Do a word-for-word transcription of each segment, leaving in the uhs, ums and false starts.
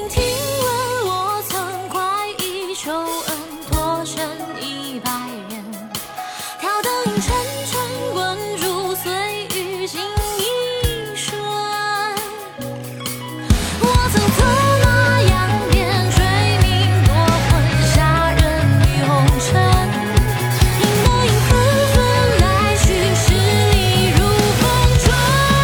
听闻我曾快意求恩，脱身一百人，挑灯饮沉沉，滚珠碎玉尽一瞬。我曾策马扬鞭，追名夺魂，杀人于红尘。赢得赢纷纷来去，十里如风春。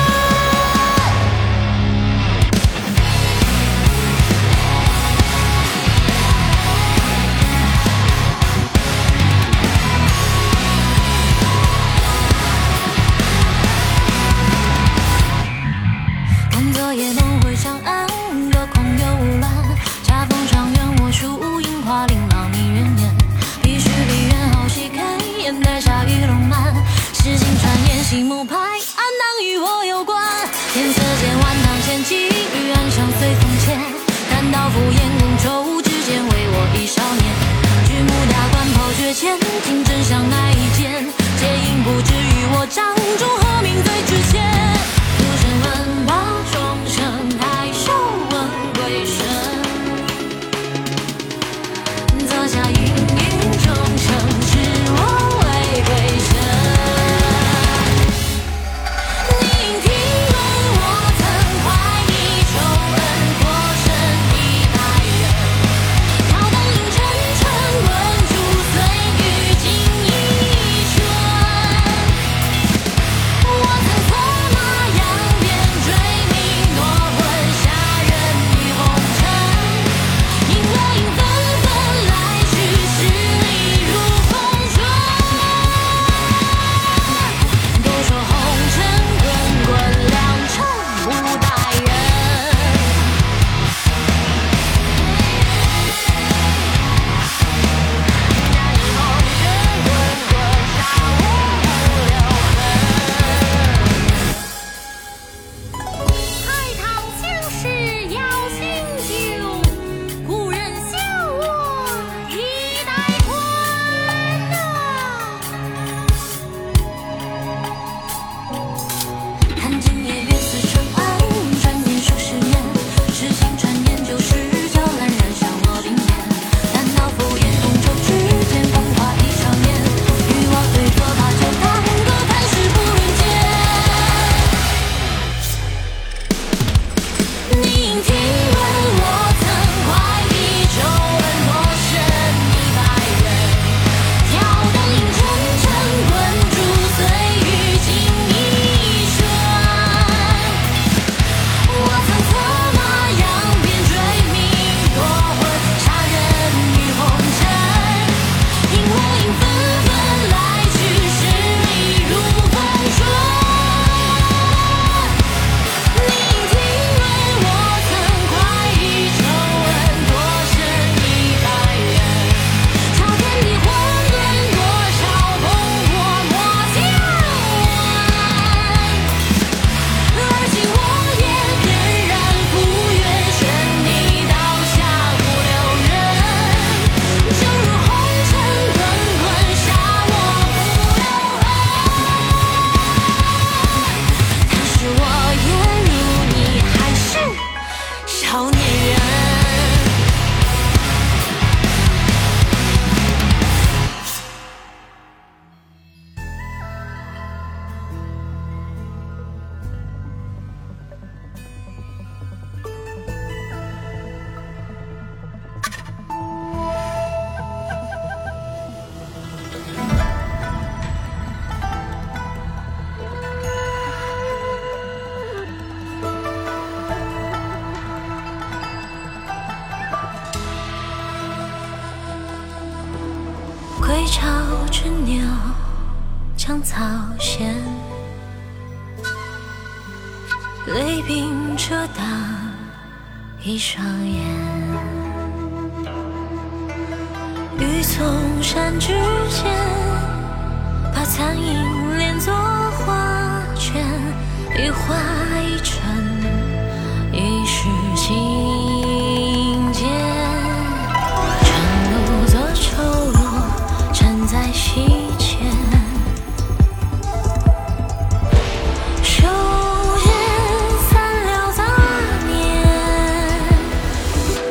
看昨夜梦回长安，隔空游览，恰逢长院我树樱花琳琅迷人眼。必须梨园好戏开，烟台下雨龙漫，诗经传言戏木拍，安囊与我有关。天色间晚堂仙气，暗香随风切，看到敷衍宫愁之间，为我一少年。举目大观抛却前，听真相乃一见，皆因不知于我掌中何名最值钱。浮生问罢众生，抬手问归身，坐下芸芸众生，知我为归身。你应听闻我曾快意求恩，脱身一百人，挑灯饮沉沉，滚珠碎玉尽一瞬。我曾策马扬鞭，追名夺魂，杀人于红尘。赢得赢纷纷来去，十里如风春。都说红尘滚滚，良辰不待人。红尘滚滚，杀我不留痕。海棠相识邀新酒，故人笑我一代宽呐。看今夜月似长安，转眼数十年，诗经传言旧时娇兰染上我鬓边。难道敷衍宫愁之间，风华一少年，与我对坐把酒当歌，看世不人间。你应听闻我曾快意求恩，脱身一百人，挑灯饮沉沉，滚珠碎玉尽一瞬。我曾策马扬鞭，追名夺魂，杀人于红尘。赢我赢纷纷来去，十里如风春。你应听闻我曾快意求恩，脱身一百人，朝天地混沌，多少烽火莫相挽。而今我也点燃赴约，悬你刀下不留人。正如红尘滚滚，杀我不留痕。可是我也如你，还是少年人。归巢之鸟，将草衔，泪鬓遮挡一双眼。欲从山之间，把残影连作画卷，一画一尘，一世情结。晨露作愁落，沉在膝前。手间散了杂念，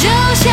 就像